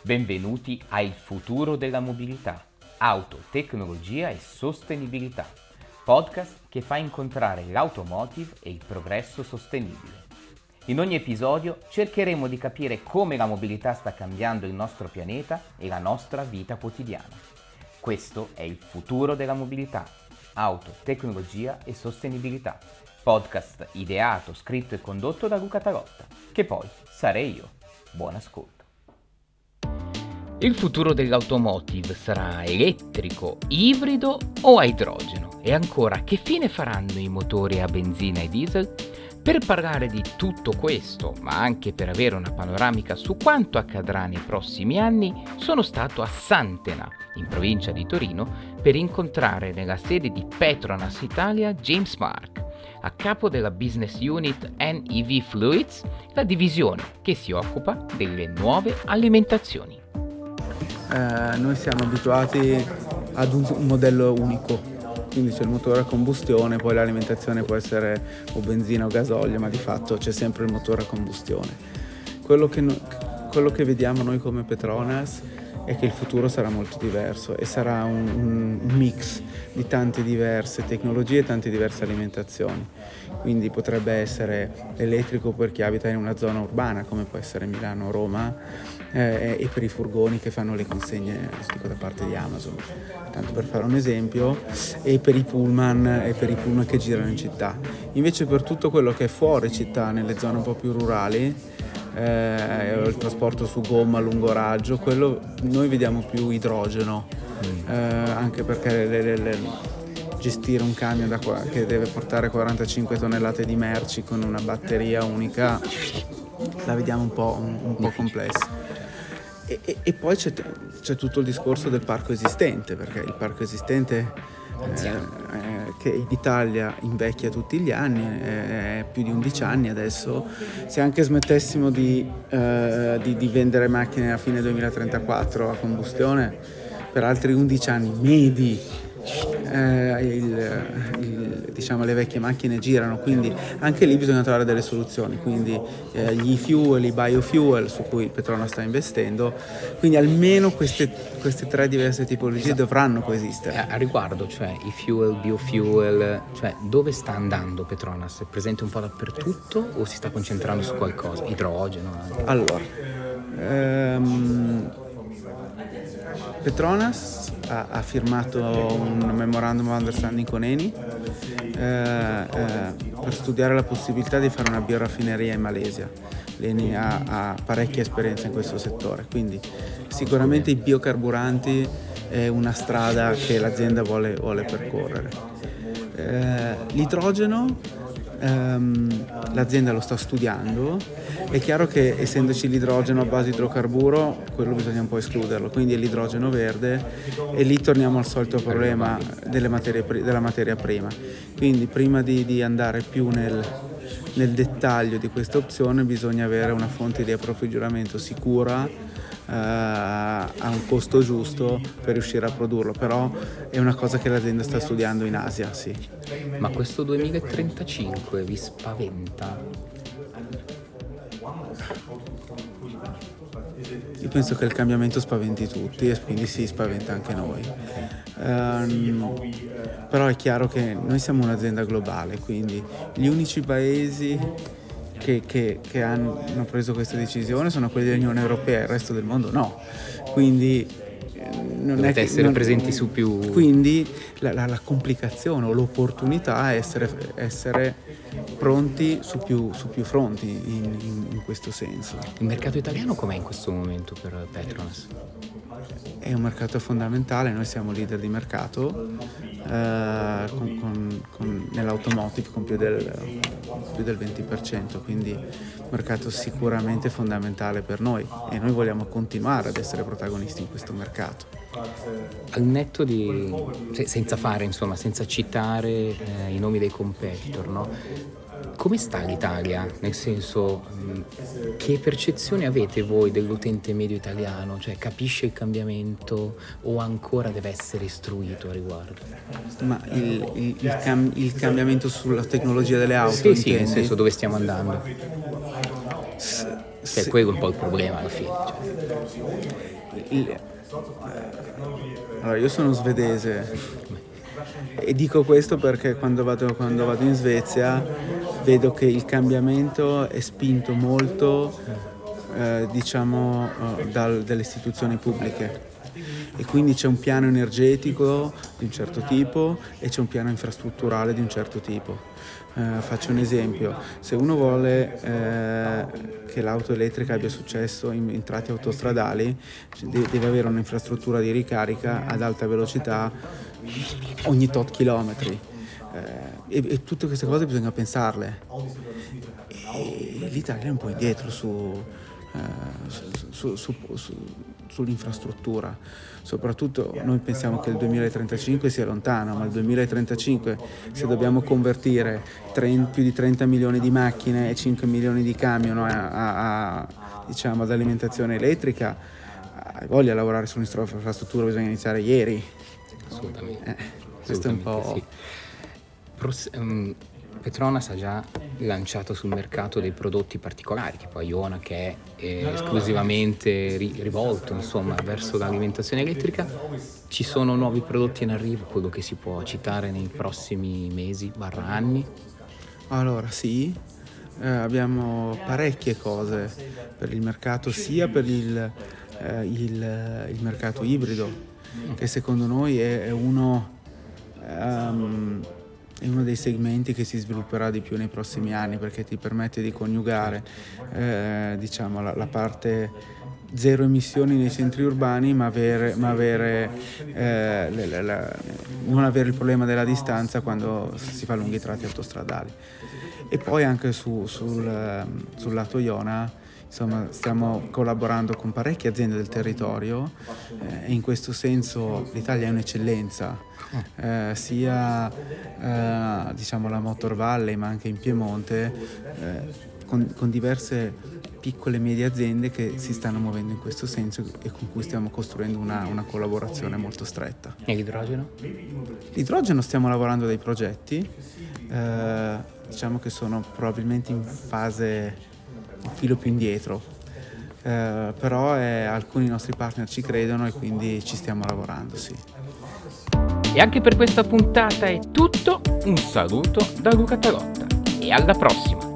Benvenuti a Il futuro della mobilità, auto, tecnologia e sostenibilità, podcast che fa incontrare l'automotive e il progresso sostenibile. In ogni episodio cercheremo di capire come la mobilità sta cambiando il nostro pianeta e la nostra vita quotidiana. Questo è Il futuro della mobilità, auto, tecnologia e sostenibilità, podcast ideato, scritto e condotto da Luca Tarotta, che poi sarei io. Buon ascolto. Il futuro dell'automotive sarà elettrico, ibrido o a idrogeno? E ancora, che fine faranno i motori a benzina e diesel? Per parlare di tutto questo, ma anche per avere una panoramica su quanto accadrà nei prossimi anni, sono stato a Santena, in provincia di Torino, per incontrare nella sede di Petronas Italia James Mark, a capo della business unit NEV Fluids, la divisione che si occupa delle nuove alimentazioni. Noi siamo abituati ad un modello unico, quindi c'è il motore a combustione, poi l'alimentazione può essere o benzina o gasolio, ma di fatto c'è sempre il motore a combustione. Quello che vediamo noi come Petronas è che il futuro sarà molto diverso e sarà un mix di tante diverse tecnologie e tante diverse alimentazioni. Quindi potrebbe essere elettrico per chi abita in una zona urbana, come può essere Milano o Roma, e per i furgoni che fanno le consegne da parte di Amazon, tanto per fare un esempio, e per i pullman che girano in città. Invece per tutto quello che è fuori città, nelle zone un po' più rurali, il trasporto su gomma a lungo raggio, quello noi vediamo più idrogeno, anche perché gestire un camion che deve portare 45 tonnellate di merci con una batteria unica la vediamo un po' complessa. E poi c'è tutto il discorso del parco esistente, perché il parco esistente che in Italia invecchia tutti gli anni, è più di 11 anni adesso. Se anche smettessimo di vendere macchine a fine 2034 a combustione, per altri 11 anni medi le vecchie macchine girano, quindi anche lì bisogna trovare delle soluzioni, quindi gli e-fuel, i biofuel su cui Petronas sta investendo, quindi almeno queste tre diverse tipologie dovranno coesistere. A riguardo, cioè i fuel, biofuel, cioè dove sta andando Petronas? È presente un po' dappertutto o si sta concentrando su qualcosa? Idrogeno anche? Allora, Petronas ha firmato un memorandum of understanding con Eni per studiare la possibilità di fare una bioraffineria in Malesia. L'Eni ha parecchia esperienza in questo settore, quindi sicuramente i biocarburanti è una strada che l'azienda vuole percorrere. L'idrogeno l'azienda lo sta studiando. È chiaro che essendoci l'idrogeno a base di idrocarburo, quello bisogna un po' escluderlo, quindi è l'idrogeno verde, e lì torniamo al solito problema della materia prima. Quindi prima di andare più nel dettaglio di questa opzione bisogna avere una fonte di approvvigionamento sicura, a un costo giusto per riuscire a produrlo, però è una cosa che l'azienda sta studiando in Asia, sì. Ma questo 2035 vi spaventa? Io penso che il cambiamento spaventi tutti e quindi si spaventa anche noi. Però è chiaro che noi siamo un'azienda globale, quindi gli unici paesi che hanno preso questa decisione sono quelli dell'Unione Europea, il resto del mondo no. Quindi dovete essere presenti su più. Quindi la complicazione o l'opportunità è essere pronti su più fronti in questo senso. Il mercato italiano com'è in questo momento per Petronas? È un mercato fondamentale, noi siamo leader di mercato nell'automotive con più del 20%, quindi un mercato sicuramente fondamentale per noi e noi vogliamo continuare ad essere protagonisti in questo mercato. Al netto di, senza citare i nomi dei competitor, no? Come sta l'Italia? Nel senso, che percezione avete voi dell'utente medio italiano? Cioè, capisce il cambiamento o ancora deve essere istruito a riguardo? Ma il cambiamento sulla tecnologia delle auto? Sì, nel senso, dove stiamo andando? Che è quello un po' il problema alla fine. Allora, io sono svedese e dico questo perché quando vado in Svezia vedo che il cambiamento è spinto molto dalle istituzioni pubbliche, e quindi c'è un piano energetico di un certo tipo e c'è un piano infrastrutturale di un certo tipo. Faccio un esempio: se uno vuole che l'auto elettrica abbia successo in tratti autostradali, deve avere un'infrastruttura di ricarica ad alta velocità ogni tot chilometri, e tutte queste cose bisogna pensarle, e l'Italia è un po' indietro sull'infrastruttura. Soprattutto noi pensiamo che il 2035 sia lontano, ma il 2035, se dobbiamo convertire più di 30 milioni di macchine e 5 milioni di camion ad alimentazione elettrica, voglia lavorare sull'infrastruttura, bisogna iniziare ieri. Assolutamente. Questo è un po'... Sì. Petronas ha già lanciato sul mercato dei prodotti particolari, tipo Iona, che è esclusivamente rivolto, insomma, verso l'alimentazione elettrica. Ci sono nuovi prodotti in arrivo, quello che si può citare nei prossimi mesi, /anni? Allora sì, abbiamo parecchie cose per il mercato, sia per il mercato ibrido, che secondo noi è uno dei segmenti che si svilupperà di più nei prossimi anni, perché ti permette di coniugare la parte zero emissioni nei centri urbani, ma non avere il problema della distanza quando si fa lunghi tratti autostradali. E poi anche sul lato Iona, insomma, stiamo collaborando con parecchie aziende del territorio, e in questo senso l'Italia è un'eccellenza, sia la Motor Valley, ma anche in Piemonte, con diverse piccole e medie aziende che si stanno muovendo in questo senso e con cui stiamo costruendo una collaborazione molto stretta. E l'idrogeno? L'idrogeno stiamo lavorando a dei progetti, che sono probabilmente in fase un filo più indietro, però alcuni nostri partner ci credono e quindi ci stiamo lavorando, sì. E anche per questa puntata è tutto. Un saluto da Luca Tarotta e alla prossima!